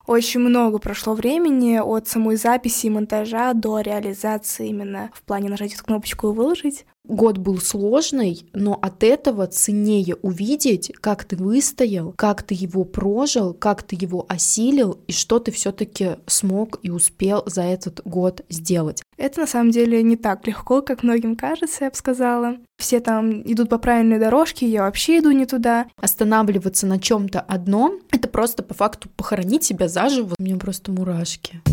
Очень много прошло времени от самой записи и монтажа до реализации именно в плане нажать эту кнопочку и выложить. Год был сложный, но от этого ценнее увидеть, как ты выстоял, как ты его прожил, как ты его осилил и что ты все-таки смог и успел за этот год сделать. Это на самом деле не так легко, как многим кажется, я бы сказала. Все там идут по правильной дорожке, я вообще иду не туда. Останавливаться на чем-то одном — это просто по факту похоронить себя заживо. У меня просто мурашки.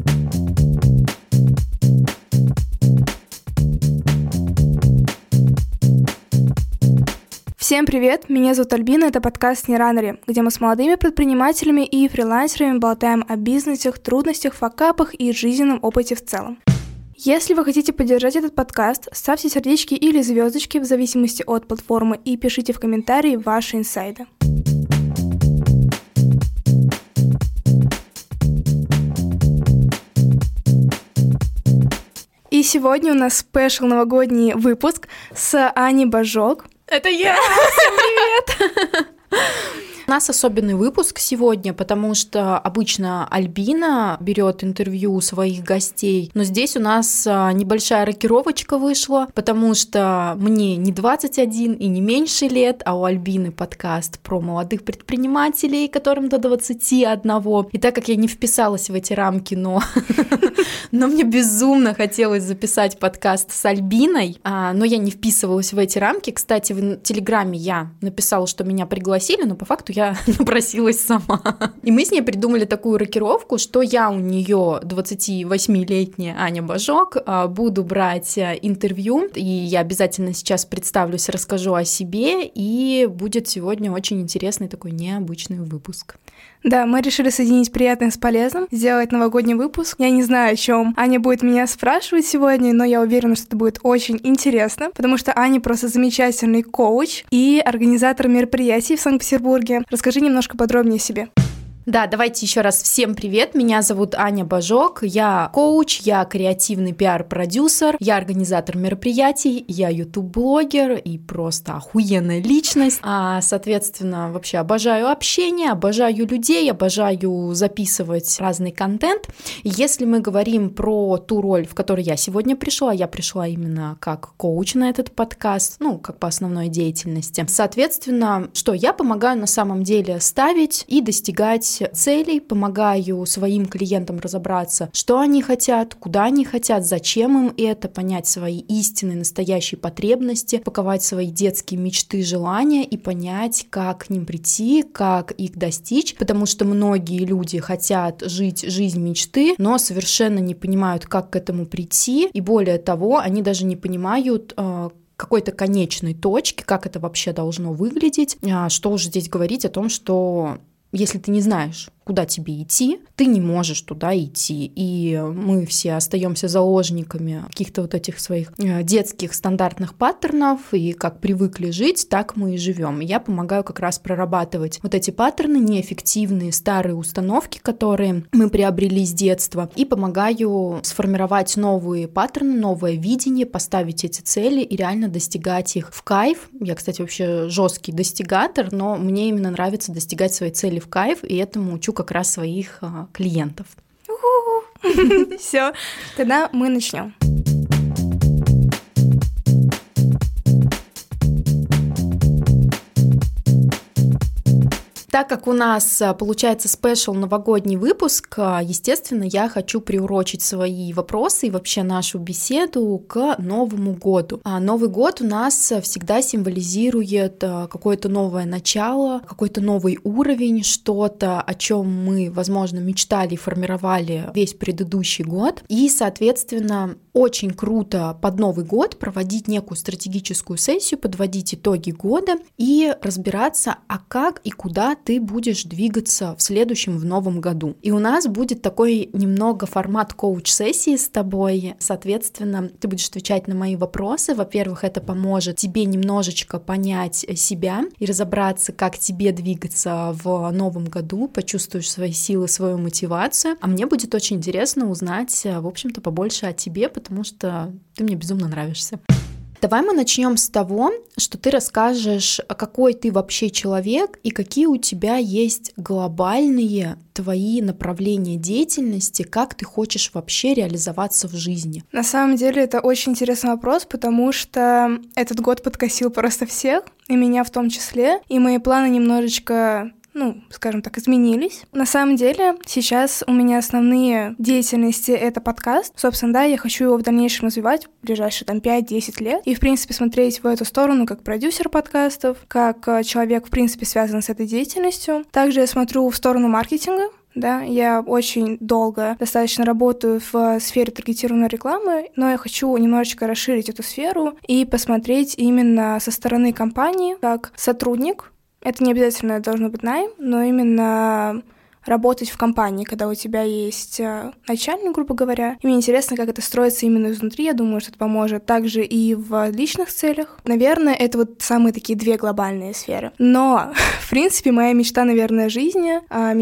Всем привет, меня зовут Альбина, это подкаст «Не раннери», где мы с молодыми предпринимателями и фрилансерами болтаем о бизнесе, трудностях, факапах и жизненном опыте в целом. Если вы хотите поддержать этот подкаст, ставьте сердечки или звездочки в зависимости от платформы и пишите в комментарии ваши инсайды. И сегодня у нас спешл новогодний выпуск с Аней Божок. Это я! Всем привет! У нас особенный выпуск сегодня, потому что обычно Альбина берет интервью у своих гостей, но здесь у нас небольшая рокировочка вышла, потому что мне не 21 и не меньше лет, а у Альбины подкаст про молодых предпринимателей, которым до 21. И так как я не вписалась в эти рамки, но мне безумно хотелось записать подкаст с Альбиной, но я не вписывалась в эти рамки. Кстати, в Телеграме я написала, что меня пригласили, но по факту я напросилась сама. И мы с ней придумали такую рокировку, что я у нее 28-летняя Аня Божок, буду брать интервью, и я обязательно сейчас представлюсь, расскажу о себе, и будет сегодня очень интересный такой необычный выпуск. Да, мы решили соединить приятное с полезным, сделать новогодний выпуск. Я не знаю, о чем Аня будет меня спрашивать сегодня, но я уверена, что это будет очень интересно, потому что Аня просто замечательный коуч и организатор мероприятий в Санкт-Петербурге. Расскажи немножко подробнее о себе. Да, давайте еще раз всем привет. Меня зовут Аня Божок, я коуч, я креативный пиар-продюсер, я организатор мероприятий, я ютуб-блогер и просто охуенная личность. Соответственно, вообще обожаю общение, обожаю людей, обожаю записывать разный контент. И если мы говорим про ту роль, в которой я сегодня пришла, я пришла именно как коуч на этот подкаст, как по основной деятельности. Соответственно, что я помогаю на самом деле ставить и достигать целей, помогаю своим клиентам разобраться, что они хотят, куда они хотят, зачем им это, понять свои истинные, настоящие потребности, паковать свои детские мечты, желания и понять, как к ним прийти, как их достичь, потому что многие люди хотят жить жизнь мечты, но совершенно не понимают, как к этому прийти, и более того, они даже не понимают, какой-то конечной точки, как это вообще должно выглядеть, что уже здесь говорить о том, что если ты не знаешь, куда тебе идти, ты не можешь туда идти. И мы все остаемся заложниками каких-то вот этих своих детских стандартных паттернов, и как привыкли жить, так мы и живем. Я помогаю как раз прорабатывать вот эти паттерны, неэффективные старые установки, которые мы приобрели с детства, и помогаю сформировать новые паттерны, новое видение, поставить эти цели и реально достигать их в кайф. Я, кстати, вообще жесткий достигатор, но мне именно нравится достигать свои цели в кайф, и этому учу как раз своих клиентов. Все, тогда мы начнем. Так как у нас получается спешл новогодний выпуск, естественно, я хочу приурочить свои вопросы и вообще нашу беседу к Новому году. Новый год у нас всегда символизирует какое-то новое начало, какой-то новый уровень, что-то, о чем мы, возможно, мечтали и формировали весь предыдущий год. И, соответственно, очень круто под Новый год проводить некую стратегическую сессию, подводить итоги года и разбираться, а как и куда ты будешь двигаться в следующем, в новом году. И у нас будет такой немного формат коуч-сессии с тобой. Соответственно, ты будешь отвечать на мои вопросы. Во-первых, это поможет тебе немножечко понять себя и разобраться, как тебе двигаться в новом году, почувствуешь свои силы, свою мотивацию. А мне будет очень интересно узнать, в общем-то, побольше о тебе, потому что ты мне безумно нравишься. Давай мы начнем с того, что ты расскажешь, какой ты вообще человек и какие у тебя есть глобальные твои направления деятельности, как ты хочешь вообще реализоваться в жизни. На самом деле это очень интересный вопрос, потому что этот год подкосил просто всех, и меня в том числе, и мои планы немножечко скажем так, изменились. На самом деле, сейчас у меня основные деятельности — это подкаст. Собственно, да, я хочу его в дальнейшем развивать в ближайшие 5-10 лет. И, в принципе, смотреть в эту сторону как продюсер подкастов, как человек, в принципе, связан с этой деятельностью. Также я смотрю в сторону маркетинга. Да, я очень долго достаточно работаю в сфере таргетированной рекламы, но я хочу немножечко расширить эту сферу и посмотреть именно со стороны компании, как сотрудник. Это не обязательно должно быть найм, но именно работать в компании, когда у тебя есть начальник, грубо говоря. И мне интересно, как это строится именно изнутри. Я думаю, что это поможет также и в личных целях. Наверное, это вот самые такие две глобальные сферы. Но, в принципе, моя мечта, наверное, жизни,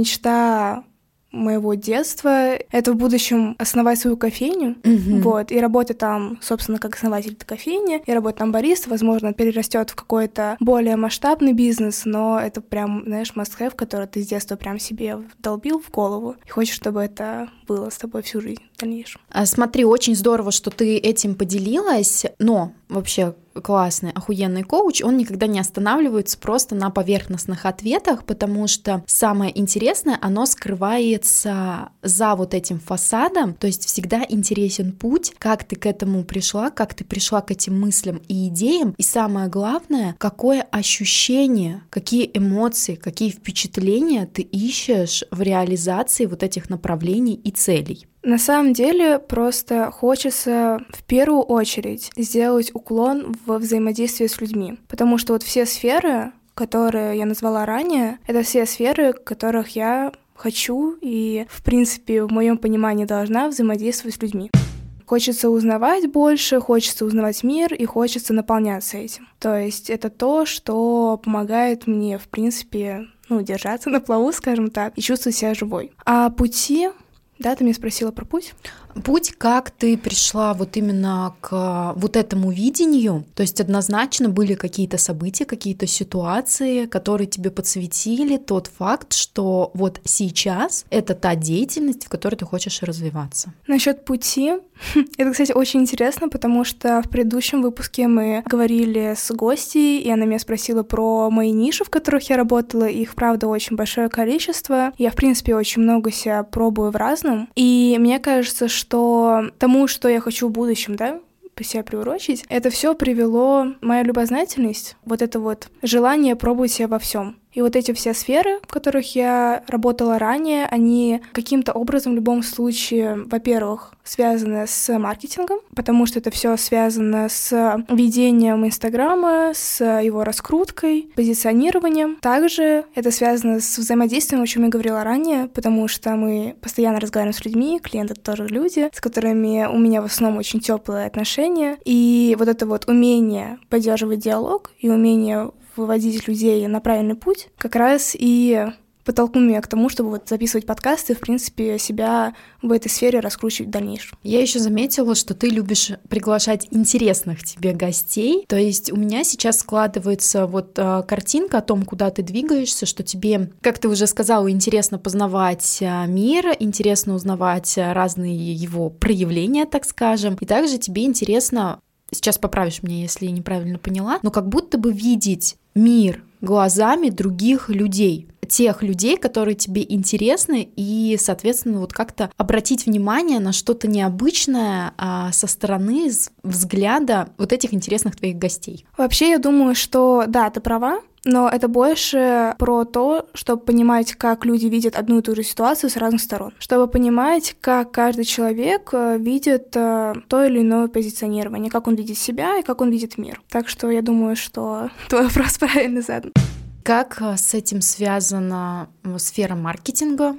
мечта моего детства — это в будущем основать свою кофейню, вот, и работать там, собственно, как основатель этой кофейни, и работать там бариста, возможно, перерастет в какой-то более масштабный бизнес, но это прям, знаешь, must-have, который ты с детства прям себе вдолбил в голову, и хочешь, чтобы это было с тобой всю жизнь в дальнейшем. Смотри, очень здорово, что ты этим поделилась, но вообще классный, охуенный коуч, он никогда не останавливается просто на поверхностных ответах, потому что самое интересное, оно скрывается за вот этим фасадом, то есть всегда интересен путь, как ты к этому пришла, как ты пришла к этим мыслям и идеям, и самое главное, какое ощущение, какие эмоции, какие впечатления ты ищешь в реализации вот этих направлений и целей. На самом деле просто хочется в первую очередь сделать уклон во взаимодействии с людьми, потому что вот все сферы, которые я назвала ранее, это все сферы, в которых я хочу и, в принципе, в моем понимании должна взаимодействовать с людьми. Хочется узнавать больше, хочется узнавать мир и хочется наполняться этим. То есть это то, что помогает мне, в принципе, держаться на плаву, скажем так, и чувствовать себя живой. А пути... Да, ты меня спросила про путь? Путь, как ты пришла вот именно к вот этому видению, то есть однозначно были какие-то события, какие-то ситуации, которые тебе подсветили тот факт, что вот сейчас это та деятельность, в которой ты хочешь развиваться. Насчет пути, это, кстати, очень интересно, потому что в предыдущем выпуске мы говорили с гостьей, и она меня спросила про мои ниши, в которых я работала, их, правда, очень большое количество. Я, в принципе, очень много себя пробую в разном, и мне кажется, что тому, что я хочу в будущем, да, себя приурочить, это все привело моя любознательность, вот это вот желание пробовать себя во всем. И вот эти все сферы, в которых я работала ранее, они каким-то образом в любом случае, во-первых, связаны с маркетингом, потому что это все связано с ведением Инстаграма, с его раскруткой, позиционированием. Также это связано с взаимодействием, о чем я говорила ранее, потому что мы постоянно разговариваем с людьми, клиенты тоже люди, с которыми у меня в основном очень теплые отношения. И вот это вот умение поддерживать диалог и умение выводить людей на правильный путь, как раз и подтолкнул меня к тому, чтобы вот записывать подкасты и, в принципе, себя в этой сфере раскручивать в дальнейшем. Я еще заметила, что ты любишь приглашать интересных тебе гостей. То есть у меня сейчас складывается вот картинка о том, куда ты двигаешься, что тебе, как ты уже сказала, интересно познавать мир, интересно узнавать разные его проявления, так скажем, и также тебе интересно, сейчас поправишь меня, если я неправильно поняла, но как будто бы видеть мир глазами других людей, тех людей, которые тебе интересны, и, соответственно, вот как-то обратить внимание на что-то необычное со стороны взгляда вот этих интересных твоих гостей. Вообще, я думаю, что да, ты права, но это больше про то, чтобы понимать, как люди видят одну и ту же ситуацию с разных сторон, чтобы понимать, как каждый человек видит то или иное позиционирование, как он видит себя и как он видит мир. Так что я думаю, что твой вопрос правильно задан. Как с этим связана сфера маркетинга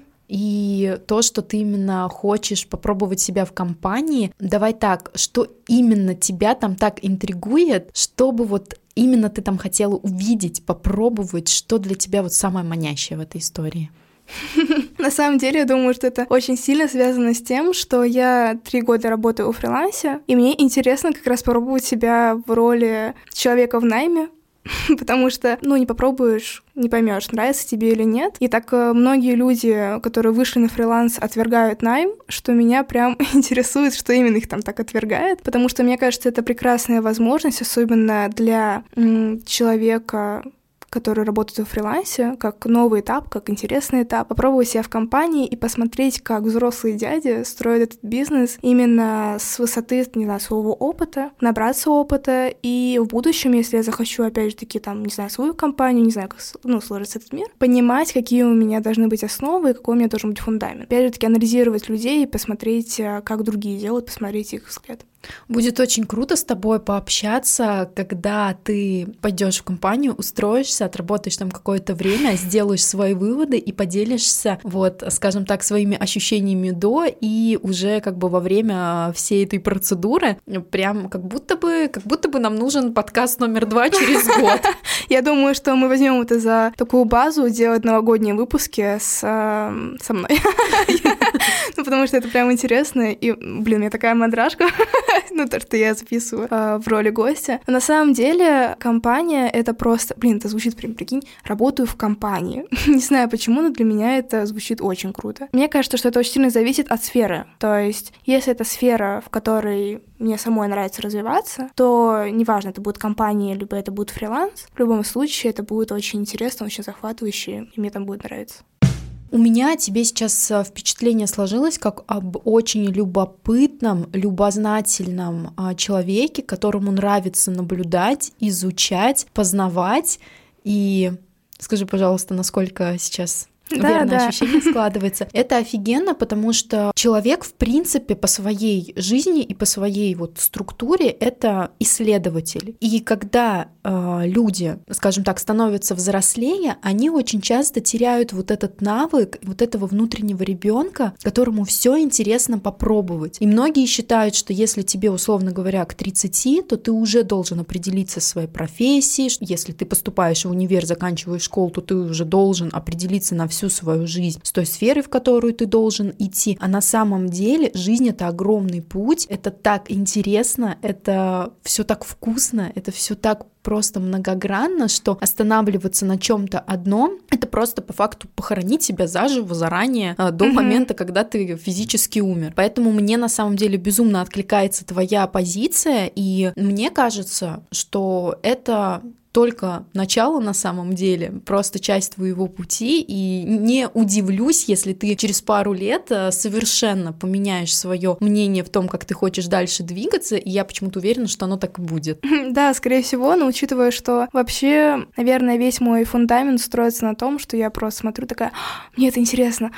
и то, что ты именно хочешь попробовать себя в компании? Давай так, что именно тебя там так интригует, чтобы вот именно ты там хотела увидеть, попробовать, что для тебя вот самое манящее в этой истории? На самом деле, я думаю, что это очень сильно связано с тем, что я 3 года работаю у фрилансе, и мне интересно как раз попробовать себя в роли человека в найме, потому что, не попробуешь, не поймешь, нравится тебе или нет. И так многие люди, которые вышли на фриланс, отвергают найм, что меня прям интересует, что именно их там так отвергает, потому что, мне кажется, это прекрасная возможность, особенно для человека, который работает в фрилансе, как новый этап, как интересный этап, попробовать себя в компании и посмотреть, как взрослые дяди строят этот бизнес именно с высоты, не знаю, своего опыта, набраться опыта, и в будущем, если я захочу, опять же таки, там, не знаю, свою компанию, не знаю, как сложится этот мир, понимать, какие у меня должны быть основы и какой у меня должен быть фундамент. Опять же таки, анализировать людей и посмотреть, как другие делают, посмотреть их взгляд. Будет очень круто с тобой пообщаться, когда ты пойдешь в компанию, устроишься, отработаешь там какое-то время, сделаешь свои выводы и поделишься, скажем так, своими ощущениями до и уже во время всей этой процедуры прям как будто бы нам нужен подкаст номер 2 через год. Я думаю, что мы возьмем это за такую базу, делать новогодние выпуски со мной. Потому что это прям интересно, и, у меня такая мандражка, то, что я записываю в роли гостя. Но на самом деле компания — это просто... это звучит прям, прикинь, работаю в компании. Не знаю почему, но для меня это звучит очень круто. Мне кажется, что это очень сильно зависит от сферы. То есть, если это сфера, в которой мне самой нравится развиваться, то неважно, это будет компания, либо это будет фриланс, в любом случае это будет очень интересно, очень захватывающе, и мне там будет нравиться. У меня тебе сейчас впечатление сложилось как об очень любопытном, любознательном человеке, которому нравится наблюдать, изучать, познавать. И скажи, пожалуйста, насколько сейчас верное ощущение складывается. Это офигенно, потому что человек, в принципе, по своей жизни и по своей структуре — это исследователь. И когда люди, скажем так, становятся взрослее, они очень часто теряют этот навык, этого внутреннего ребенка, которому все интересно попробовать. И многие считают, что если тебе, условно говоря, к 30, то ты уже должен определиться со своей профессией. Если ты поступаешь в универ, заканчиваешь школу, то ты уже должен определиться на всю свою жизнь с той сферой, в которую ты должен идти. А на самом деле жизнь — это огромный путь, это так интересно, это все так вкусно, это все так просто многогранно, что останавливаться на чем-то одном — это просто по факту похоронить себя заживо заранее, до момента, когда ты физически умер. Поэтому мне на самом деле безумно откликается твоя позиция, и мне кажется, что это только начало на самом деле, просто часть твоего пути, и не удивлюсь, если ты через пару лет совершенно поменяешь свое мнение в том, как ты хочешь дальше двигаться, и я почему-то уверена, что оно так и будет. Да, скорее всего, но учитывая, что вообще, наверное, весь мой фундамент строится на том, что я просто смотрю такая: мне это интересно.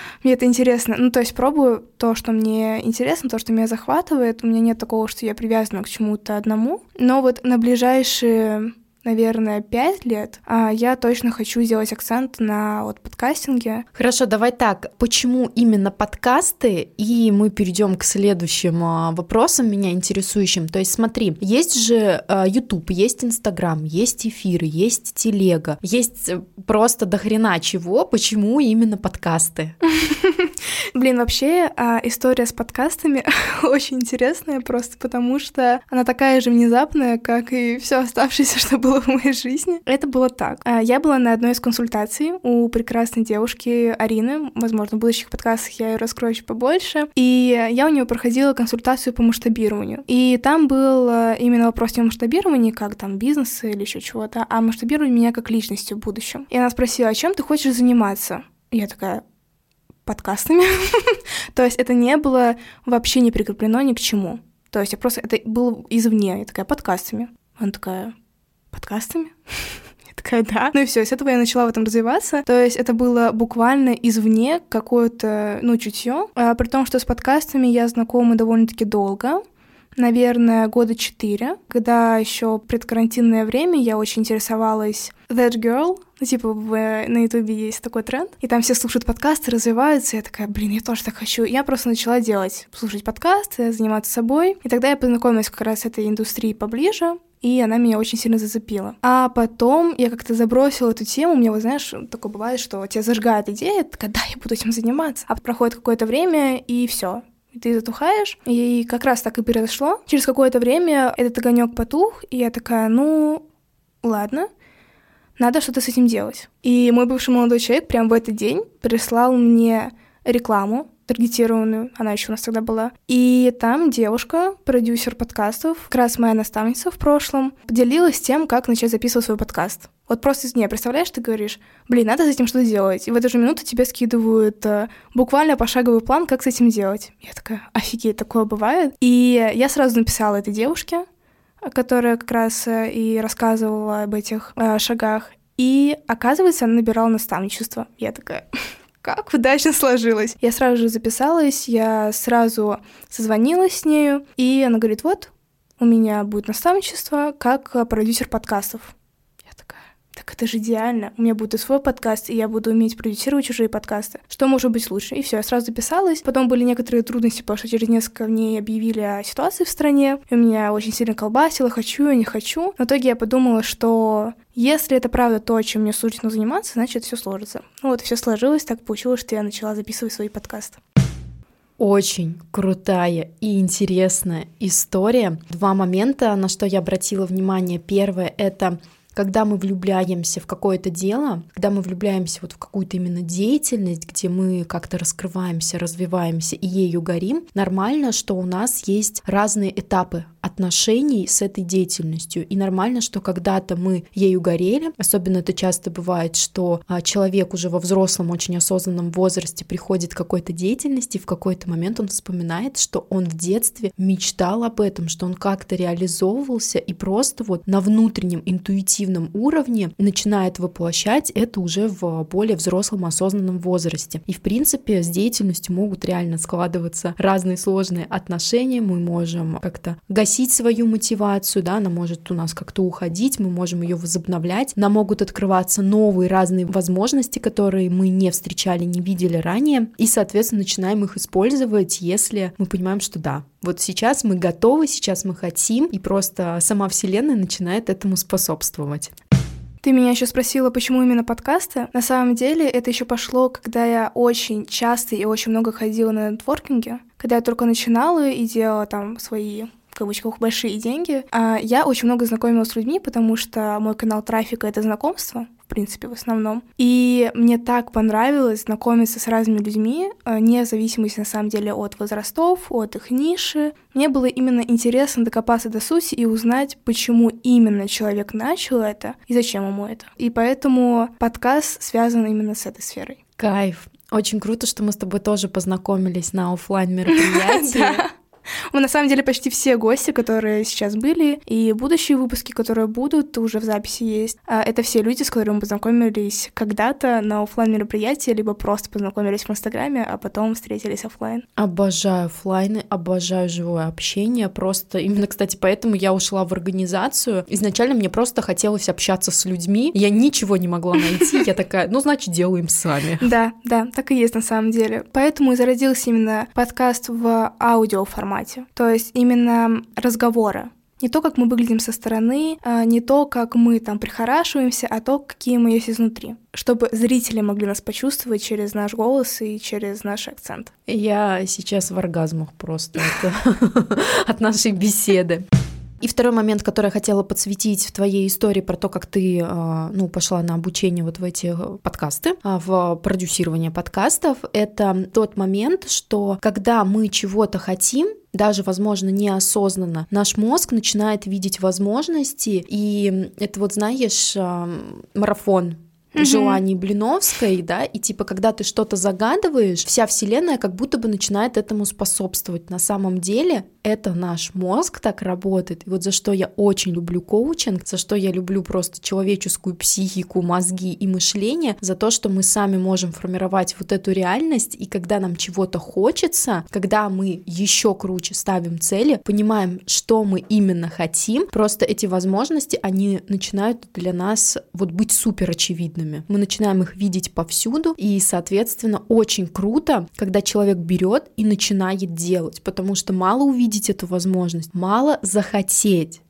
То есть пробую то, что мне интересно, то, что меня захватывает. У меня нет такого, что я привязана к чему-то одному, но на ближайшие, наверное, 5 лет я точно хочу сделать акцент на подкастинге. Хорошо, давай так. Почему именно подкасты? И мы перейдем к следующим вопросам, меня интересующим. То есть смотри, есть же YouTube, есть Instagram, есть эфиры, есть телега, есть просто дохрена чего. Почему именно подкасты? Вообще история с подкастами очень интересная, просто потому что она такая же внезапная, как и все оставшееся, что было в моей жизни. Это было так. Я была на одной из консультаций у прекрасной девушки Арины. Возможно, в будущих подкастах я ее раскрою чуть побольше. И я у нее проходила консультацию по масштабированию. И там был именно вопрос не о масштабировании, как там бизнеса или еще чего-то, а масштабировании меня как личности в будущем. И она спросила: а чем ты хочешь заниматься? И я такая: подкастами. То есть это не было вообще не прикреплено ни к чему. То есть это было извне. Я такая: подкастами. Она такая: подкастами? Я такая: да. И все, с этого я начала в этом развиваться. То есть это было буквально извне какое-то, чутье. При том, что с подкастами я знакома довольно-таки долго. Наверное, 4 года. Когда еще предкарантинное время я очень интересовалась That Girl. На Ютубе есть такой тренд, и там все слушают подкасты, развиваются, и я такая: я тоже так хочу. И я просто начала слушать подкасты, заниматься собой, и тогда я познакомилась как раз с этой индустрией поближе, и она меня очень сильно зацепила. А потом я как-то забросила эту тему, у меня, вот знаешь, такое бывает, что тебя зажигает идея, когда я буду этим заниматься, а проходит какое-то время, и все. Ты затухаешь, и как раз так и произошло. Через какое-то время этот огонек потух, и я такая, ну, ладно, надо что-то с этим делать. И мой бывший молодой человек прямо в этот день прислал мне рекламу таргетированную, она еще у нас тогда была. И там девушка, продюсер подкастов, как раз моя наставница в прошлом, поделилась тем, как начать записывать свой подкаст. Вот просто из нее, представляешь, ты говоришь, надо с этим что-то делать. И в эту же минуту тебе скидывают буквально пошаговый план, как с этим делать. Я такая, офигеть, такое бывает. И я сразу написала этой девушке, которая как раз и рассказывала об этих шагах. И, оказывается, она набирала наставничество. Я такая... Как удачно сложилось. Я сразу же записалась, я сразу созвонилась с нею, и она говорит, вот, у меня будет наставничество как продюсер подкастов. Я такая, так это же идеально. У меня будет и свой подкаст, и я буду уметь продюсировать чужие подкасты. Что может быть лучше? И все, я сразу записалась. Потом были некоторые трудности, потому что через несколько дней объявили о ситуации в стране, и меня очень сильно колбасило, хочу я, не хочу. В итоге я подумала, что... Если это правда то, чем мне суждено заниматься, значит, все сложится. Вот, все сложилось, так получилось, что я начала записывать свои подкасты. Очень крутая и интересная история. 2 момента, на что я обратила внимание. Первое — это когда мы влюбляемся в какое-то дело, когда мы влюбляемся вот в какую-то именно деятельность, где мы как-то раскрываемся, развиваемся и ею горим, нормально, что у нас есть разные этапы отношений с этой деятельностью. И нормально, что когда-то мы ею горели, особенно это часто бывает, что человек уже во взрослом, очень осознанном возрасте приходит к какой-то деятельности, и в какой-то момент он вспоминает, что он в детстве мечтал об этом, что он как-то реализовывался и просто вот на внутреннем интуитивном уровне начинает воплощать это уже в более взрослом осознанном возрасте. И в принципе с деятельностью могут реально складываться разные сложные отношения, мы можем как-то гасить свою мотивацию, да, она может у нас как-то уходить, мы можем ее возобновлять, нам могут открываться новые разные возможности, которые мы не встречали, не видели ранее, и, соответственно, начинаем их использовать, если мы понимаем, что да, вот сейчас мы готовы, сейчас мы хотим, и просто сама Вселенная начинает этому способствовать. Ты меня еще спросила, почему именно подкасты. На самом деле это еще пошло, когда я очень часто и очень много ходила на нетворкинге, когда я только начинала и делала там свои... в кавычках, большие деньги. Я очень много знакомилась с людьми, потому что мой канал трафика — это знакомство, в принципе, в основном. И мне так понравилось знакомиться с разными людьми, вне зависимости, на самом деле, от возрастов, от их ниши. Мне было именно интересно докопаться до сути и узнать, почему именно человек начал это и зачем ему это. И поэтому подкаст связан именно с этой сферой. Кайф. Очень круто, что мы с тобой тоже познакомились на офлайн-мероприятии. На самом деле почти все гости, которые сейчас были, и будущие выпуски, которые будут, уже в записи есть, это все люди, с которыми мы познакомились когда-то на офлайн-мероприятии, либо просто познакомились в Инстаграме, а потом встретились офлайн. Обожаю офлайны, обожаю живое общение, просто именно, кстати, поэтому я ушла в организацию. Изначально мне просто хотелось общаться с людьми, я ничего не могла найти, я такая, ну, значит, делаем сами. Да, так и есть на самом деле. Поэтому и зародился именно подкаст в аудиоформате. То есть именно разговоры. Не то, как мы выглядим со стороны, не то, как мы там прихорашиваемся, а то, какие мы есть изнутри. Чтобы зрители могли нас почувствовать через наш голос и через наш акцент. Я сейчас в оргазмах просто от нашей беседы. И второй момент, который я хотела подсветить в твоей истории про то, как ты пошла на обучение вот в эти подкасты, в продюсирование подкастов, это тот момент, что когда мы чего-то хотим, даже, возможно, неосознанно, наш мозг начинает видеть возможности, и это вот, знаешь, марафон желаний Блиновской, да, и типа, когда ты что-то загадываешь, вся вселенная как будто бы начинает этому способствовать. На самом деле это наш мозг так работает. И вот за что я очень люблю коучинг, за что я люблю просто человеческую психику, мозги и мышление, за то, что мы сами можем формировать вот эту реальность, и когда нам чего-то хочется, когда мы еще круче ставим цели, понимаем, что мы именно хотим, просто эти возможности, они начинают для нас вот быть супер очевидными. Мы начинаем их видеть повсюду, и, соответственно, очень круто, когда человек берет и начинает делать, потому что мало увидеть эту возможность, мало захотеть.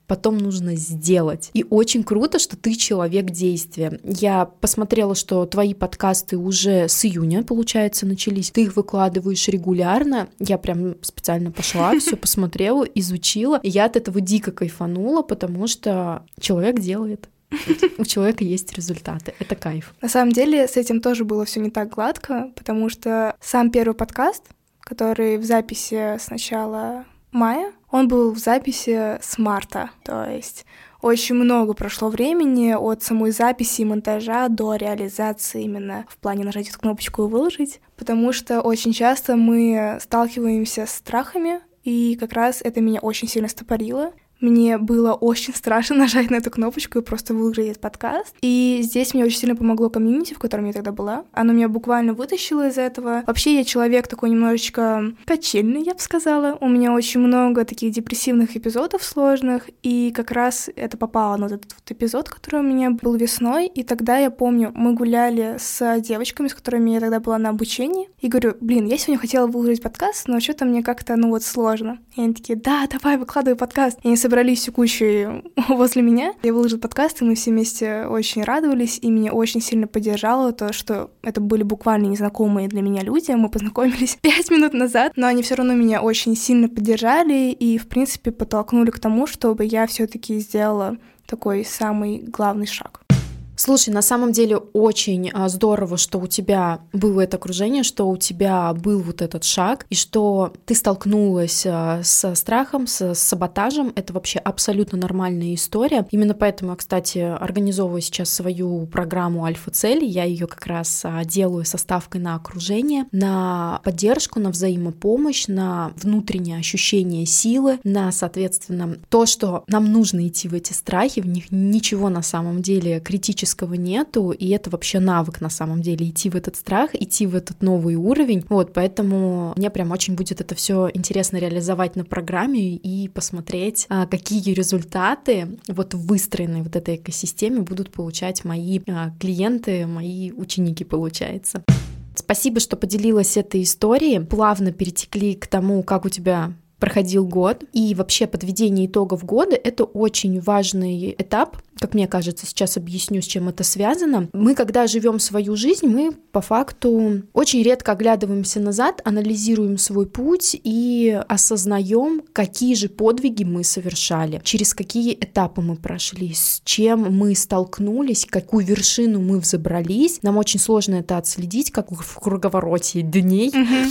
потом нужно сделать. И очень круто, что ты человек действия. Я посмотрела, что твои подкасты уже с июня, получается, начались. Ты их выкладываешь регулярно. Я прям специально пошла, все посмотрела, изучила. И я от этого дико кайфанула, потому что человек делает. У человека есть результаты. Это кайф. На самом деле с этим тоже было все не так гладко, потому что сам первый подкаст, который в записи с начала мая, он был в записи с марта. То есть очень много прошло времени от самой записи и монтажа до реализации именно в плане нажать эту кнопочку и выложить, потому что очень часто мы сталкиваемся с страхами, и как раз это меня очень сильно стопорило. Мне было очень страшно нажать на эту кнопочку и просто выложить этот подкаст. И здесь мне очень сильно помогло комьюнити, в котором я тогда была. Оно меня буквально вытащило из этого. Вообще я человек такой немножечко качельный, я бы сказала. У меня очень много таких депрессивных эпизодов сложных, и как раз это попало на этот вот эпизод, который у меня был весной. И тогда, я помню, мы гуляли с девочками, с которыми я тогда была на обучении, и говорю, я сегодня хотела выложить подкаст, но что-то мне как-то, сложно. И они такие, да, давай, выкладывай подкаст. И они собрались всю кучу возле меня. Я выложила подкаст, и мы все вместе очень радовались, и меня очень сильно поддержало то, что это были буквально незнакомые для меня люди. Мы познакомились 5 минут назад, но они все равно меня очень сильно поддержали и, в принципе, подтолкнули к тому, чтобы я все-таки сделала такой самый главный шаг. Слушай, на самом деле очень здорово, что у тебя было это окружение, что у тебя был вот этот шаг, и что ты столкнулась со страхом, с саботажем. Это вообще абсолютно нормальная история. Именно поэтому я, кстати, организовываю сейчас свою программу «Альфа-цели». Я ее как раз делаю со ставкой на окружение, на поддержку, на взаимопомощь, на внутреннее ощущение силы, на, соответственно, то, что нам нужно идти в эти страхи, в них ничего на самом деле критического нету, и это вообще навык на самом деле, идти в этот страх, идти в этот новый уровень. Поэтому мне прям очень будет это все интересно реализовать на программе и посмотреть, какие результаты в выстроенной вот этой экосистеме будут получать мои клиенты, мои ученики, получается. Спасибо, что поделилась этой историей. Плавно перетекли к тому, как у тебя проходил год. И вообще подведение итогов года — это очень важный этап. Как мне кажется, сейчас объясню, с чем это связано. Мы, когда живем свою жизнь, мы по факту очень редко оглядываемся назад, анализируем свой путь и осознаем, какие же подвиги мы совершали, через какие этапы мы прошли, с чем мы столкнулись, какую вершину мы взобрались. Нам очень сложно это отследить, как в круговороте дней.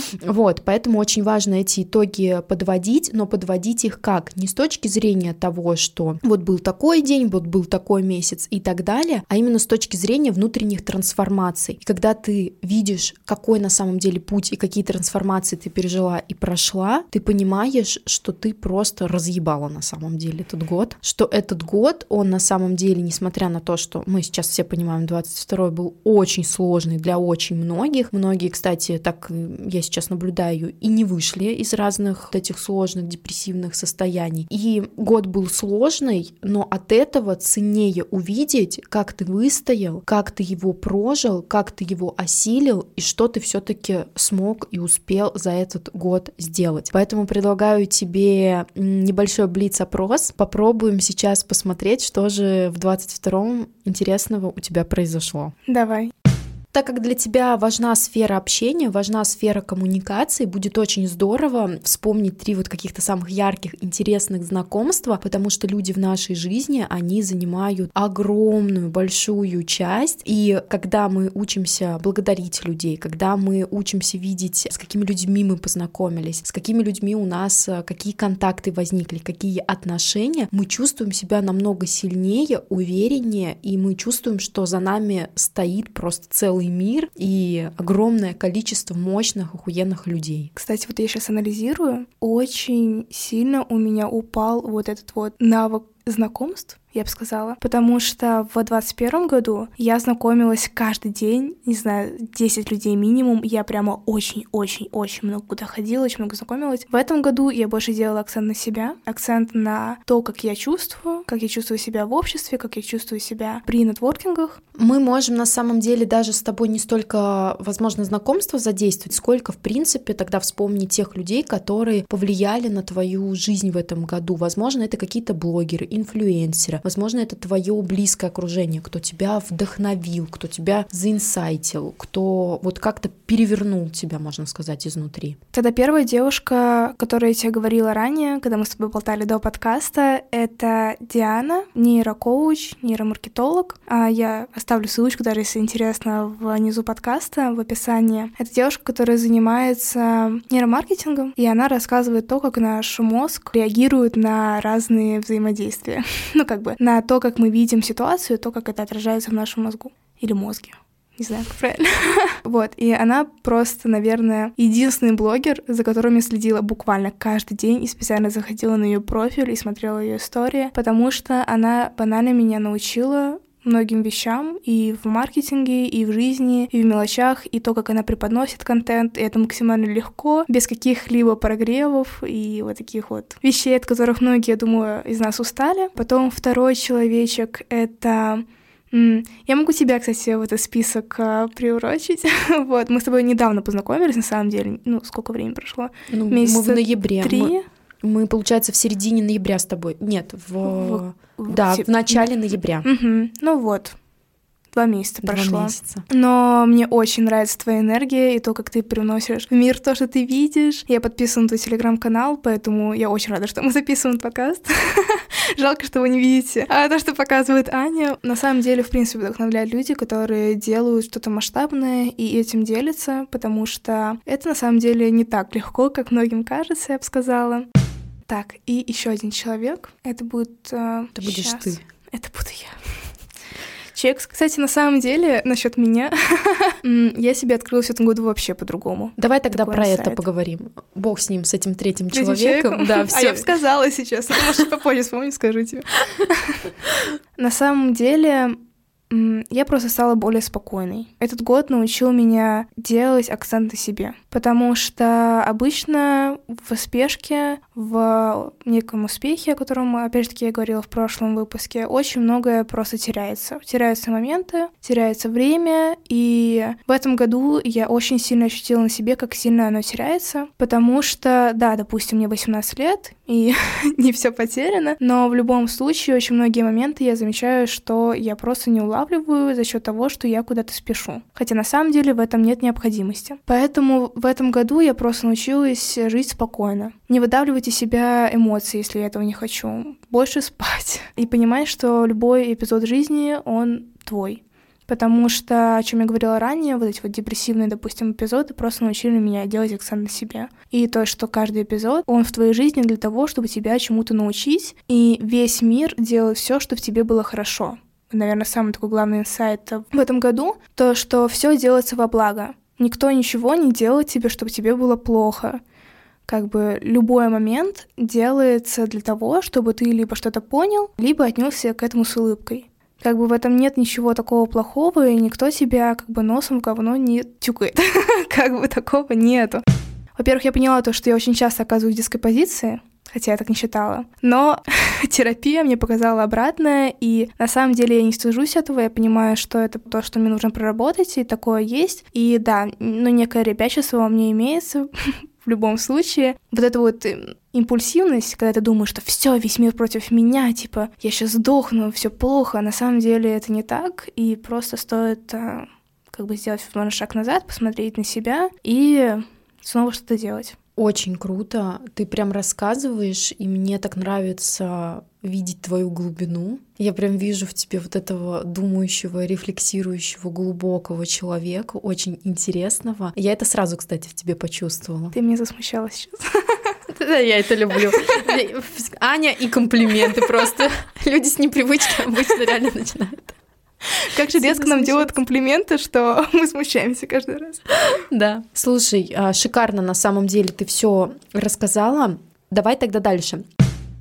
Поэтому очень важно эти итоги подводить, но подводить их как? Не с точки зрения того, что был такой день, был такой месяц и так далее, а именно с точки зрения внутренних трансформаций. И когда ты видишь, какой на самом деле путь и какие трансформации ты пережила и прошла, ты понимаешь, что ты просто разъебала на самом деле этот год, что этот год, он на самом деле, несмотря на то, что мы сейчас все понимаем, 22-й был очень сложный для очень многих. Многие, кстати, так я сейчас наблюдаю, и не вышли из разных этих сложных депрессивных состояний. И год был сложный, но от этого ценнее увидеть, как ты выстоял, как ты его прожил, как ты его осилил и что ты все-таки смог и успел за этот год сделать. Поэтому предлагаю тебе небольшой блиц-опрос. Попробуем сейчас посмотреть, что же в 22-м интересного у тебя произошло. Давай. Так как для тебя важна сфера общения, важна сфера коммуникации, будет очень здорово вспомнить 3 каких-то самых ярких, интересных знакомства, потому что люди в нашей жизни, они занимают огромную, большую часть. И когда мы учимся благодарить людей, когда мы учимся видеть, с какими людьми мы познакомились, с какими людьми у нас какие контакты возникли, какие отношения, мы чувствуем себя намного сильнее, увереннее, и мы чувствуем, что за нами стоит просто целый мир и огромное количество мощных, охуенных людей. Кстати, я сейчас анализирую, очень сильно у меня упал этот навык знакомств, я бы сказала. Потому что в 2021 году я знакомилась каждый день, не знаю, 10 людей минимум. Я прямо очень-очень-очень много куда ходила, очень много знакомилась. В этом году я больше делала акцент на себя, акцент на то, как я чувствую себя в обществе, как я чувствую себя при нетворкингах. Мы можем на самом деле даже с тобой не столько, возможно, знакомства задействовать, сколько, в принципе, тогда вспомнить тех людей, которые повлияли на твою жизнь в этом году. Возможно, это какие-то блогеры, инфлюенсеры, возможно, это твое близкое окружение, кто тебя вдохновил, кто тебя заинсайтил, кто вот как-то перевернул тебя, можно сказать, изнутри. Тогда первая девушка, о которой я тебе говорила ранее, когда мы с тобой болтали до подкаста, это Диана, нейрокоуч, нейромаркетолог. Я оставлю ссылочку, даже если интересно, внизу подкаста, в описании. Это девушка, которая занимается нейромаркетингом, и она рассказывает то, как наш мозг реагирует на разные взаимодействия. На то, как мы видим ситуацию, то, как это отражается в нашем мозгу. Или мозге. Не знаю, как правильно. Вот, и она просто, наверное, единственный блогер, за которым я следила буквально каждый день и специально заходила на ее профиль и смотрела ее истории, потому что она банально меня научила многим вещам и в маркетинге, и в жизни, и в мелочах, и то, как она преподносит контент, и это максимально легко, без каких-либо прогревов и вот таких вот вещей, от которых многие, я думаю, из нас устали. Потом второй человечек — это... Я могу тебя, кстати, в этот список приурочить. Вот, мы с тобой недавно познакомились, на самом деле. Сколько времени прошло? Месяца мы в ноябре. 3? Мы, получается, в середине ноября с тобой. Нет, в начале ноября. Угу. 2 месяца прошло. 2 месяца. Но мне очень нравится твоя энергия и то, как ты привносишь в мир то, что ты видишь. Я подписана на твой телеграм-канал, поэтому я очень рада, что мы записываем подкаст. Жалко, что вы не видите то, что показывает Аня. На самом деле, в принципе, вдохновляют люди, которые делают что-то масштабное и этим делятся, потому что это на самом деле не так легко, как многим кажется, я бы сказала. Так, и еще один человек. Это будет... Это будешь ты. Это буду я. Человек, кстати, на самом деле, насчет меня, я себе открылась в этом году вообще по-другому. Давай тогда про это поговорим. Бог с ним, с этим третьим человеком. Да, все. А я бы сказала сейчас. Может, попозже вспомню, скажу тебе. На самом деле... Я просто стала более спокойной. Этот год научил меня делать акцент на себе, потому что обычно в спешке, в неком успехе, о котором, опять-таки, я говорила в прошлом выпуске, очень многое просто теряется. Теряются моменты, теряется время, и в этом году я очень сильно ощутила на себе, как сильно оно теряется, потому что, да, допустим, мне 18 лет, и не все потеряно, но в любом случае очень многие моменты я замечаю, что я просто не улавливаю за счет того, что я куда-то спешу. Хотя на самом деле в этом нет необходимости. Поэтому в этом году я просто научилась жить спокойно. Не выдавливать из себя эмоции, если я этого не хочу. Больше спать. И понимать, что любой эпизод жизни, он твой. Потому что, о чем я говорила ранее, вот эти вот депрессивные, допустим, эпизоды просто научили меня делать акцент на себе. И то, что каждый эпизод, он в твоей жизни для того, чтобы тебя чему-то научить, и весь мир делает все, чтобы тебе было хорошо. Наверное, самый такой главный инсайт в этом году, то, что все делается во благо. Никто ничего не делает тебе, чтобы тебе было плохо. Любой момент делается для того, чтобы ты либо что-то понял, либо отнесся к этому с улыбкой. В этом нет ничего такого плохого, и никто тебя носом в говно не тюкает. Такого нету. Во-первых, я поняла то, что я очень часто оказываюсь в детской позиции, хотя я так не считала. Но терапия мне показала обратное, и на самом деле я не стыжусь этого, я понимаю, что это то, что мне нужно проработать, и такое есть. И да, некое ребячество во мне имеется в любом случае. Вот эта вот импульсивность, когда ты думаешь, что все, весь мир против меня, я сейчас сдохну, все плохо, а на самом деле это не так, и просто стоит сделать, возможно, шаг назад, посмотреть на себя и снова что-то делать. Очень круто. Ты прям рассказываешь, и мне так нравится видеть твою глубину. Я прям вижу в тебе вот этого думающего, рефлексирующего, глубокого человека, очень интересного. Я это сразу, кстати, в тебе почувствовала. Ты меня засмущала сейчас. Да, я это люблю. Аня и комплименты просто. Люди с непривычки обычно реально начинают. Как же резко нам делают комплименты, что мы смущаемся каждый раз. Да. Слушай, шикарно на самом деле ты все рассказала. Давай тогда дальше.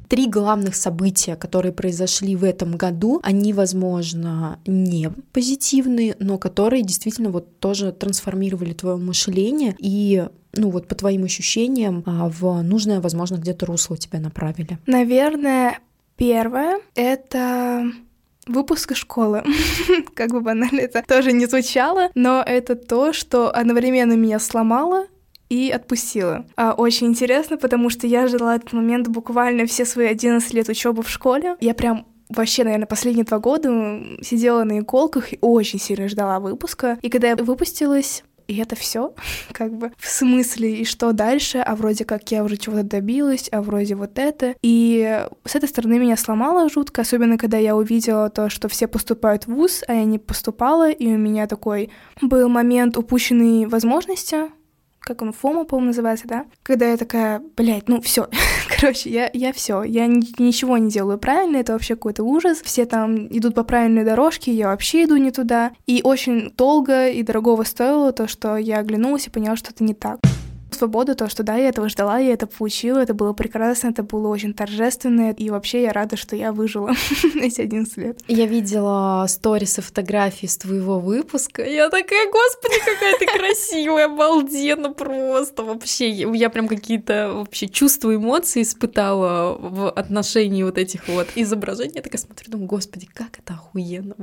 3 главных события, которые произошли в этом году, они, возможно, не позитивные, но которые действительно вот тоже трансформировали твое мышление и вот по твоим ощущениям в нужное, возможно, где-то русло тебя направили. Наверное, первое — это выпуск из школы. Как бы банально это тоже не звучало, но это то, что одновременно меня сломало и отпустила. Очень интересно, потому что я ждала этот момент буквально все свои 11 лет учебы в школе. Я прям вообще, наверное, последние 2 года сидела на иголках и очень сильно ждала выпуска. И когда я выпустилась, и это все, как бы, в смысле, и что дальше, а вроде как я уже чего-то добилась, а вроде вот это. И с этой стороны меня сломало жутко, особенно когда я увидела то, что все поступают в вуз, а я не поступала, и у меня такой был момент упущенной возможности, как он, ФОМО, по-моему, называется, да? Когда я такая, все, короче, я все, я ничего не делаю правильно, это вообще какой-то ужас, все там идут по правильной дорожке, я вообще иду не туда, и очень долго и дорогого стоило то, что я оглянулась и поняла, что это не так. Свободу, то, что да, я этого ждала, я это получила, это было прекрасно, это было очень торжественно, и вообще я рада, что я выжила эти 11 лет. Я видела сторис и фотографии с твоего выпуска, я такая, господи, какая ты красивая, обалденно просто, вообще, я прям какие-то вообще чувства, эмоции испытала в отношении вот этих вот изображений, я такая смотрю, думаю, господи, как это охуенно,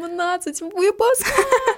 18 выпусков!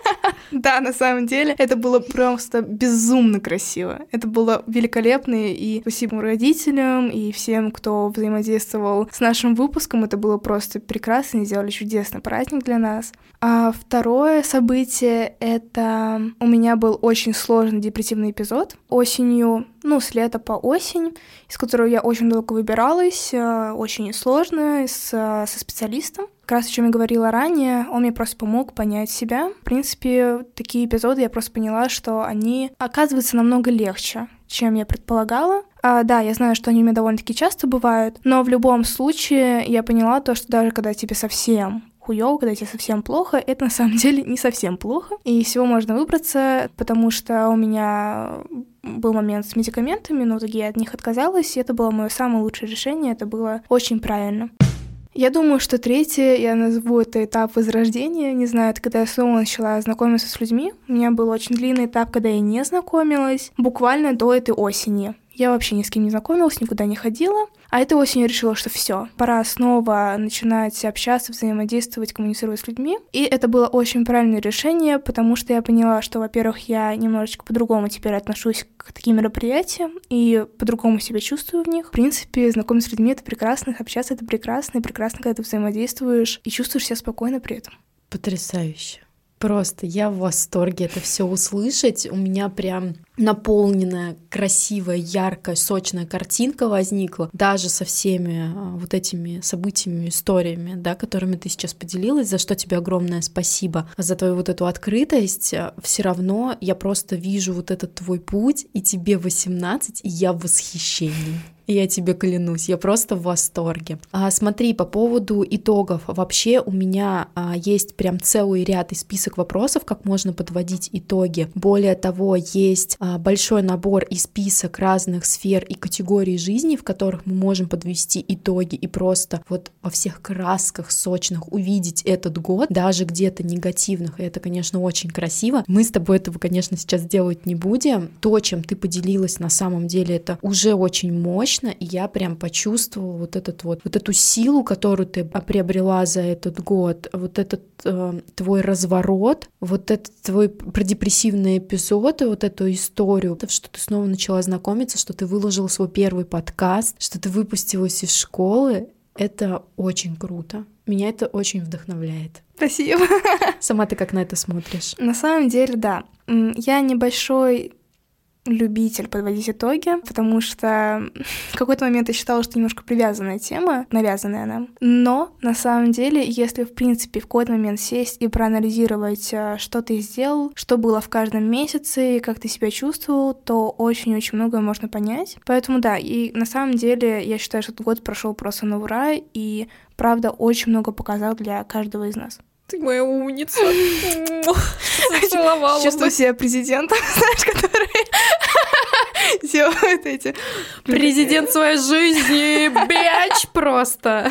Да, на самом деле, это было просто безумно красиво. Это было великолепно, и спасибо родителям и всем, кто взаимодействовал с нашим выпуском. Это было просто прекрасно, и сделали чудесный праздник для нас. А второе событие — это у меня был очень сложный депрессивный эпизод осенью, с лета по осень, из которого я очень долго выбиралась, очень сложно, со специалистом. Как раз о чем я говорила ранее, он мне просто помог понять себя. В принципе, такие эпизоды я просто поняла, что они оказываются намного легче, чем я предполагала. Да, я знаю, что они у меня довольно-таки часто бывают, но в любом случае я поняла то, что даже когда тебе совсем хуёво, когда тебе совсем плохо, это на самом деле не совсем плохо, и из всего можно выбраться, потому что у меня был момент с медикаментами, но в итоге я от них отказалась, и это было мое самое лучшее решение, это было очень правильно. Я думаю, что третье, я назову это этап возрождения. Не знаю, это когда я снова начала знакомиться с людьми. У меня был очень длинный этап, когда я не знакомилась, буквально до этой осени. Я вообще ни с кем не знакомилась, никуда не ходила. А этой осенью я решила, что все, пора снова начинать общаться, взаимодействовать, коммуницировать с людьми. И это было очень правильное решение, потому что я поняла, что, во-первых, я немножечко по-другому теперь отношусь к таким мероприятиям и по-другому себя чувствую в них. В принципе, знакомиться с людьми — это прекрасно, общаться — это прекрасно, и прекрасно, когда ты взаимодействуешь и чувствуешь себя спокойно при этом. Потрясающе. Просто я в восторге это все услышать. У меня прям наполненная, красивая, яркая, сочная картинка возникла, даже со всеми вот этими событиями, историями, да, которыми ты сейчас поделилась, за что тебе огромное спасибо, за твою вот эту открытость. Все равно я просто вижу вот этот твой путь, и тебе 18, и я в восхищении. Я тебе клянусь, я просто в восторге. Смотри, по поводу итогов. Вообще у меня есть прям целый ряд и список вопросов, как можно подводить итоги. Более того, есть большой набор и список разных сфер и категорий жизни, в которых мы можем подвести итоги и просто вот во всех красках сочных увидеть этот год, даже где-то негативных. И это, конечно, очень красиво. Мы с тобой этого, конечно, сейчас делать не будем. То, чем ты поделилась, на самом деле это уже очень мощно. И я прям почувствовала вот эту силу, которую ты приобрела за этот год, вот этот твой разворот, вот этот твой продепрессивный эпизод, и вот эту историю, что ты снова начала знакомиться, что ты выложила свой первый подкаст, что ты выпустилась из школы. Это очень круто. Меня это очень вдохновляет. Спасибо. Сама ты как на это смотришь? На самом деле, да. Я небольшой любитель подводить итоги, потому что в какой-то момент я считала, что немножко привязанная тема, навязанная нам. Но на самом деле, если в принципе в какой-то момент сесть и проанализировать, что ты сделал, что было в каждом месяце, и как ты себя чувствовал, то очень-очень многое можно понять. Поэтому да, и на самом деле я считаю, что этот год прошел просто на ура, и правда очень много показал для каждого из нас. Ты моя умница. Зацеловала. Чувствую себя президентом, знаешь, который делают эти... Президент своей жизни, бич просто.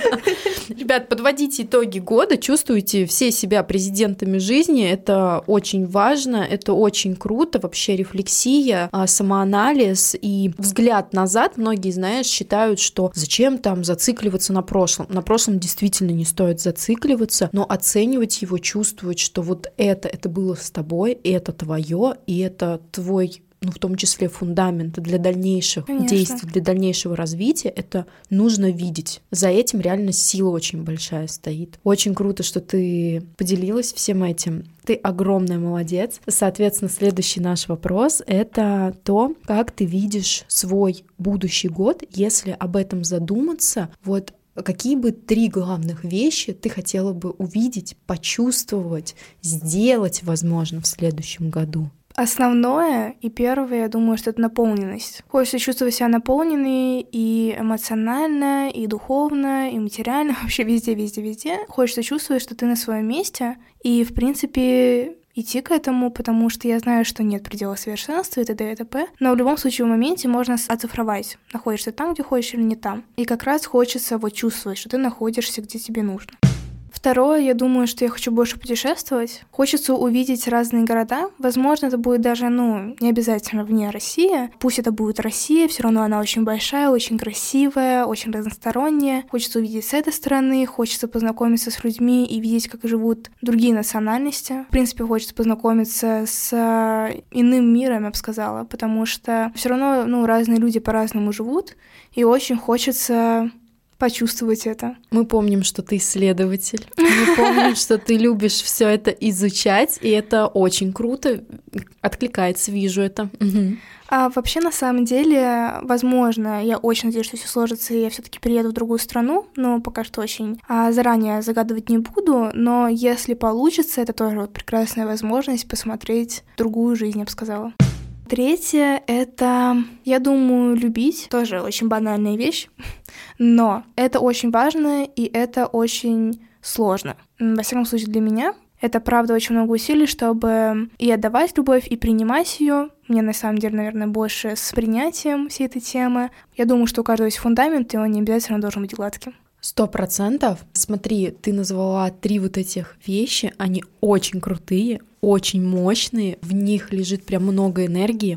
Ребят, подводите итоги года, чувствуете все себя президентами жизни, это очень важно, это очень круто, вообще рефлексия, самоанализ и взгляд назад. Многие, знаешь, считают, что зачем там зацикливаться на прошлом. На прошлом действительно не стоит зацикливаться, но оценивать его, чувствовать, что вот это было с тобой, это твое, и это твой, в том числе фундамент для дальнейших действий, для дальнейшего развития, это нужно видеть. За этим реально сила очень большая стоит. Очень круто, что ты поделилась всем этим. Ты огромная молодец. Соответственно, следующий наш вопрос — это то, как ты видишь свой будущий год, если об этом задуматься. Вот какие бы 3 главных вещи ты хотела бы увидеть, почувствовать, сделать, возможно, в следующем году? Основное и первое, я думаю, что это наполненность. Хочется чувствовать себя наполненной и эмоционально, и духовно, и материально, вообще везде. Хочется чувствовать, что ты на своем месте, и, в принципе, идти к этому, потому что я знаю, что нет предела совершенства и т.д. и т.п. Но в любом случае в моменте можно оцифровать, находишься там, где хочешь, или не там. И как раз хочется чувствовать, что ты находишься, где тебе нужно. Второе, я думаю, что я хочу больше путешествовать. Хочется увидеть разные города. Возможно, это будет даже, не обязательно вне России. Пусть это будет Россия, все равно она очень большая, очень красивая, очень разносторонняя. Хочется увидеть с этой стороны, хочется познакомиться с людьми и видеть, как живут другие национальности. В принципе, хочется познакомиться с иным миром, я бы сказала, потому что все равно, разные люди по-разному живут, и очень хочется почувствовать это. Мы помним, что ты исследователь. Мы помним, что ты любишь все это изучать, и это очень круто. Откликается, вижу это. А вообще, на самом деле, возможно, я очень надеюсь, что все сложится, и я все-таки приеду в другую страну, но пока что очень заранее загадывать не буду, но если получится, это тоже прекрасная возможность посмотреть другую жизнь, я бы сказала. Третье — это, я думаю, любить. Тоже очень банальная вещь, но это очень важно, и это очень сложно. Во всяком случае, для меня это, правда, очень много усилий, чтобы и отдавать любовь, и принимать ее. Мне, на самом деле, наверное, больше с принятием всей этой темы. Я думаю, что у каждого есть фундамент, и он не обязательно должен быть гладким. 100%. Смотри, ты назвала 3 вот этих вещи, они очень крутые, очень мощные, в них лежит прям много энергии,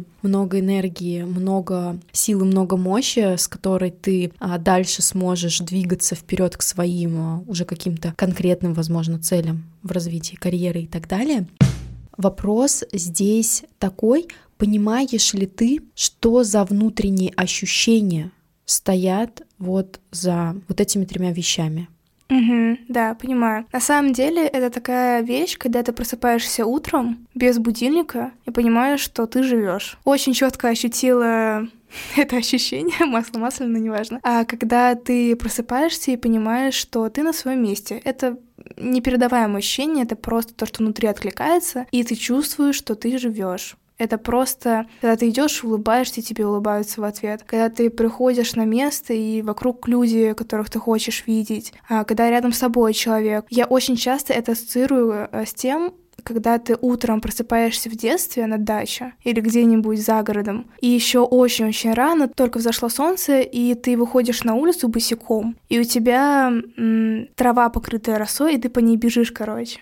много силы, много мощи, с которой ты дальше сможешь двигаться вперед к своим уже каким-то конкретным, возможно, целям в развитии карьеры и так далее. Вопрос здесь такой: понимаешь ли ты, что за внутренние ощущения стоят за этими 3 вещами? Да, понимаю. На самом деле, это такая вещь, когда ты просыпаешься утром без будильника и понимаешь, что ты живешь. Очень четко ощутила это ощущение, масло масляное, неважно. А когда ты просыпаешься и понимаешь, что ты на своем месте, это непередаваемое ощущение, это просто то, что внутри откликается, и ты чувствуешь, что ты живешь. Это просто, когда ты идешь, улыбаешься, и тебе улыбаются в ответ. Когда ты приходишь на место, и вокруг люди, которых ты хочешь видеть. Когда рядом с собой человек. Я очень часто это ассоциирую с тем, когда ты утром просыпаешься в детстве на даче или где-нибудь за городом, и еще очень-очень рано, только взошло солнце, и ты выходишь на улицу босиком, и у тебя трава, покрытая росой, и ты по ней бежишь, короче.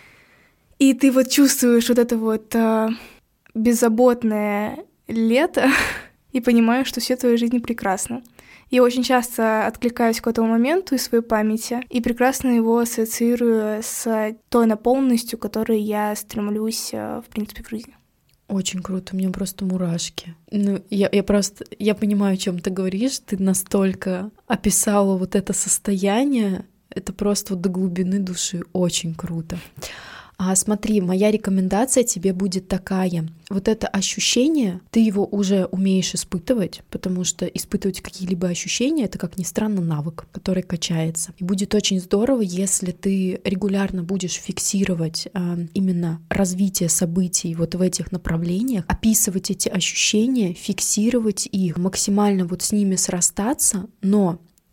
И ты чувствуешь это беззаботное лето и понимаю, что все в твоей жизни прекрасно. Я очень часто откликаюсь к этому моменту из своей памяти и прекрасно его ассоциирую с той наполненностью, к которой я стремлюсь, в принципе, в жизни. Очень круто, у меня просто мурашки. Я понимаю, о чем ты говоришь. Ты настолько описала это состояние, это просто до глубины души. Очень круто. Смотри, моя рекомендация тебе будет такая. Это ощущение, ты его уже умеешь испытывать, потому что испытывать какие-либо ощущения — это, как ни странно, навык, который качается. И будет очень здорово, если ты регулярно будешь фиксировать именно развитие событий в этих направлениях, описывать эти ощущения, фиксировать их, максимально с ними срастаться, но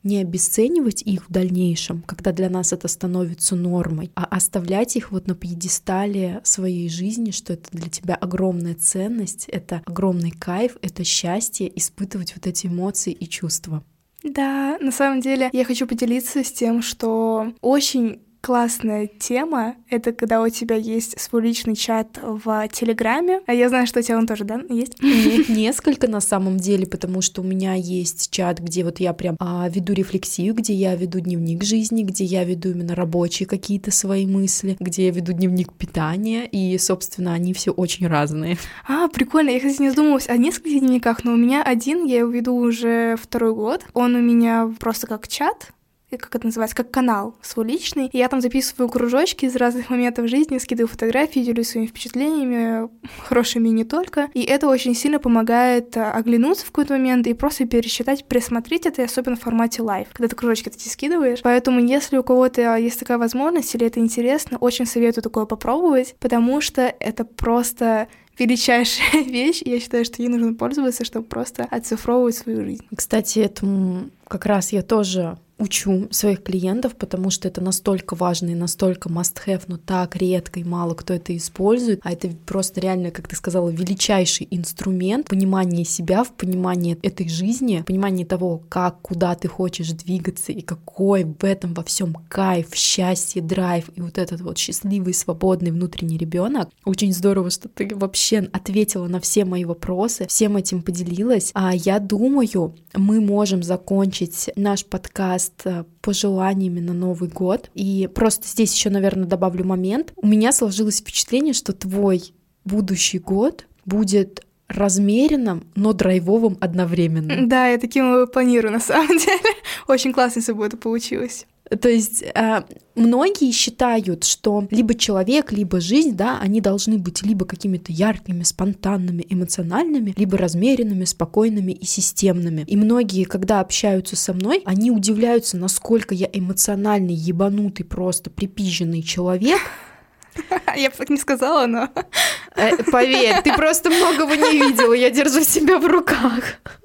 не обесценивать их в дальнейшем, когда для нас это становится нормой, а оставлять их вот на пьедестале своей жизни, что это для тебя огромная ценность, это огромный кайф, это счастье, испытывать вот эти эмоции и чувства. Да, на самом деле я хочу поделиться с тем, что очень классная тема — это когда у тебя есть свой личный чат в Телеграме. А я знаю, что у тебя он тоже, да, есть? Нет, несколько на самом деле, потому что у меня есть чат, где вот я прям веду рефлексию, где я веду дневник жизни, где я веду именно рабочие какие-то свои мысли, где я веду дневник питания, и, собственно, они все очень разные. Прикольно. Я, кстати, не задумывалась о нескольких дневниках, но у меня один, я его веду уже 2-й год. Он у меня просто как чат, как это называется, как канал свой личный. И я там записываю кружочки из разных моментов жизни, скидываю фотографии, делюсь своими впечатлениями, хорошими и не только. И это очень сильно помогает оглянуться в какой-то момент и просто пересчитать, пересмотреть это, особенно в формате лайв, когда ты кружочки эти скидываешь. Поэтому если у кого-то есть такая возможность или это интересно, очень советую такое попробовать, потому что это просто величайшая вещь, и я считаю, что ей нужно пользоваться, чтобы просто оцифровывать свою жизнь. Кстати, этому как раз я тоже учу своих клиентов, потому что это настолько важно и настолько must-have, но так редко и мало кто это использует, а это просто реально, как ты сказала, величайший инструмент понимания себя, в понимании этой жизни, в понимании того, как, куда ты хочешь двигаться и какой в этом во всем кайф, счастье, драйв и вот этот вот счастливый, свободный внутренний ребенок. Очень здорово, что ты вообще ответила на все мои вопросы, всем этим поделилась. А я думаю, мы можем закончить наш подкаст пожеланиями на Новый год. И просто здесь еще, наверное, добавлю момент. У меня сложилось впечатление, что твой будущий год будет размеренным, но драйвовым одновременно. Да, я таким планирую на самом деле. Очень классно, если бы это получилось. То есть многие считают, что либо человек, либо жизнь, да, они должны быть либо какими-то яркими, спонтанными, эмоциональными, либо размеренными, спокойными и системными. И многие, когда общаются со мной, они удивляются, насколько я эмоциональный, ебанутый, просто припизженный человек. Я бы так не сказала, но... Поверь, ты просто многого не видела, я держу себя в руках.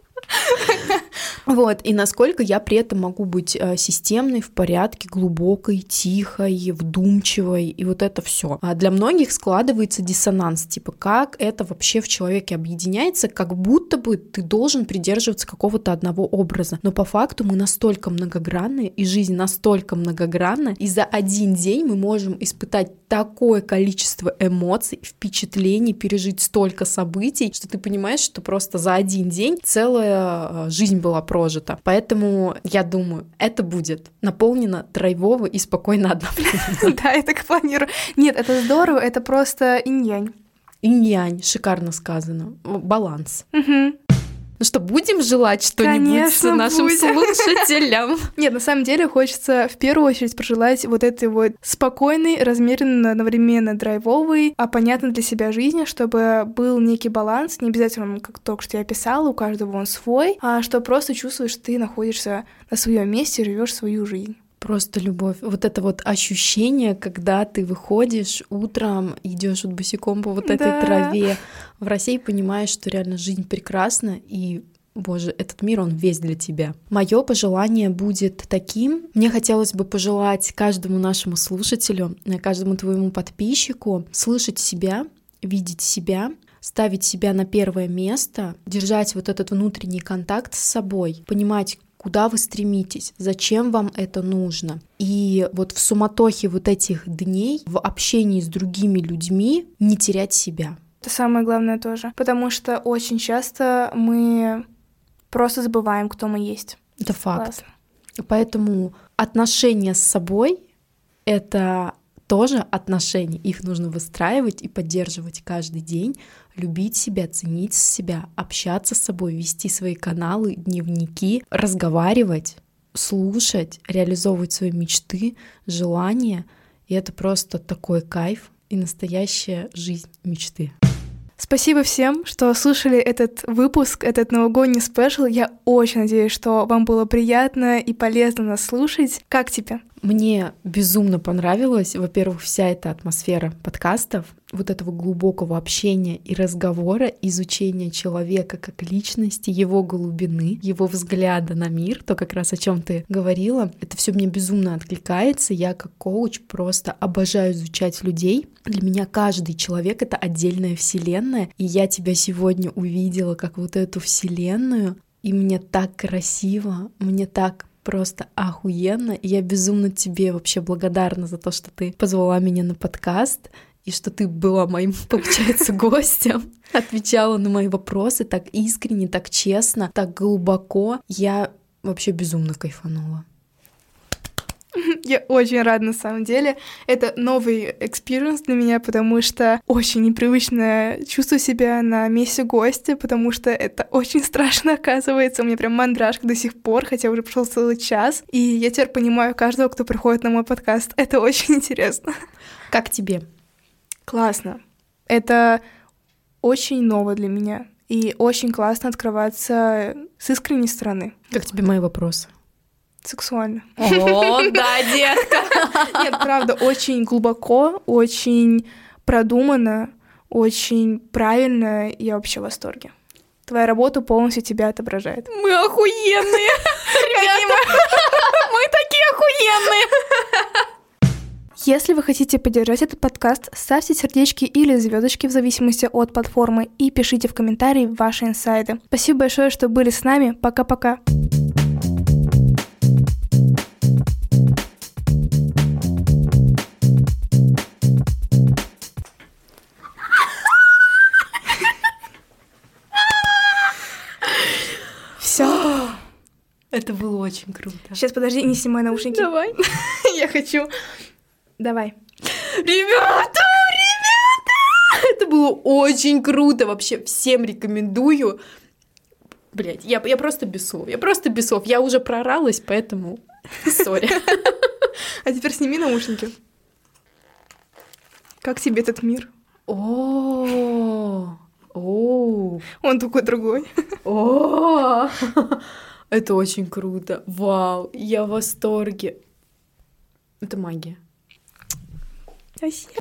Вот, и насколько я при этом могу быть системной, в порядке, глубокой, тихой, вдумчивой, и вот это все. А для многих складывается диссонанс, типа, как это вообще в человеке объединяется, как будто бы ты должен придерживаться какого-то одного образа. Но по факту мы настолько многогранны, и жизнь настолько многогранна, и за один день мы можем испытать такое количество эмоций, впечатлений, пережить столько событий, что ты понимаешь, что просто за один день целая жизнь была прожита. Поэтому я думаю, это будет наполнено драйвово и спокойно одновременно. Да, я так планирую. Нет, это здорово, это просто инь-янь. Инь-янь, шикарно сказано. Баланс. Ну что, будем желать что-нибудь нашим слушателям? Нет, на самом деле хочется в первую очередь пожелать вот этой вот спокойной, размеренной, одновременно драйвовой, а понятной для себя жизни, чтобы был некий баланс, не обязательно, как только что я писала, у каждого он свой, а что просто чувствуешь, что ты находишься на своем месте, живешь свою жизнь. Просто любовь. Вот это вот ощущение, когда ты выходишь утром, идешь вот босиком по вот этой траве в России, понимаешь, что реально жизнь прекрасна, и, боже, этот мир, он весь для тебя. Мое пожелание будет таким. Мне хотелось бы пожелать каждому нашему слушателю, каждому твоему подписчику слышать себя, видеть себя, ставить себя на первое место, держать вот этот внутренний контакт с собой, понимать, куда вы стремитесь, зачем вам это нужно. И вот в суматохе вот этих дней, в общении с другими людьми не терять себя. Это самое главное тоже, потому что очень часто мы просто забываем, кто мы есть. Это факт. Классно. Поэтому отношения с собой — это тоже отношения. Их нужно выстраивать и поддерживать каждый день, любить себя, ценить себя, общаться с собой, вести свои каналы, дневники, разговаривать, слушать, реализовывать свои мечты, желания. И это просто такой кайф и настоящая жизнь мечты. Спасибо всем, что слушали этот выпуск, этот новогодний спешл. Я очень надеюсь, что вам было приятно и полезно нас слушать. Как тебе? Мне безумно понравилась, во-первых, вся эта атмосфера подкастов, вот этого глубокого общения и разговора, изучения человека как личности, его глубины, его взгляда на мир, то как раз о чем ты говорила. Это все мне безумно откликается. Я как коуч просто обожаю изучать людей. Для меня каждый человек — это отдельная вселенная, и я тебя сегодня увидела как вот эту вселенную, и мне так красиво, мне так просто охуенно. И я безумно тебе вообще благодарна за то, что ты позвала меня на подкаст, и что ты была моим, получается, гостем, отвечала на мои вопросы так искренне, так честно, так глубоко. Я вообще безумно кайфанула. Я очень рада, на самом деле. Это новый экспириенс для меня, потому что очень непривычно чувствую себя на месте гостя, потому что это очень страшно, оказывается. У меня прям мандражка до сих пор, хотя уже прошел целый час. И я теперь понимаю каждого, кто приходит на мой подкаст. Это очень интересно. Как тебе? Классно. Это очень ново для меня. И очень классно открываться с искренней стороны. Как тебе мои вопросы? Сексуально. О, да, детка! Нет, правда, очень глубоко, очень продуманно, очень правильно. Я вообще в восторге. Твоя работа полностью тебя отображает. Мы охуенные! Ребята, мы такие охуенные! Если вы хотите поддержать этот подкаст, ставьте сердечки или звездочки в зависимости от платформы и пишите в комментарии ваши инсайды. Спасибо большое, что были с нами. Пока-пока. Все. Это было очень круто. Сейчас, подожди, не снимай наушники. Давай. Я хочу. Давай. Ребята! Это было очень круто. Вообще всем рекомендую. Блять, я просто без слов. Я уже проралась, поэтому сори. А теперь сними наушники. Как тебе этот мир? О, Он такой другой. это очень круто. Вау, я в восторге. Это магия. Спасибо.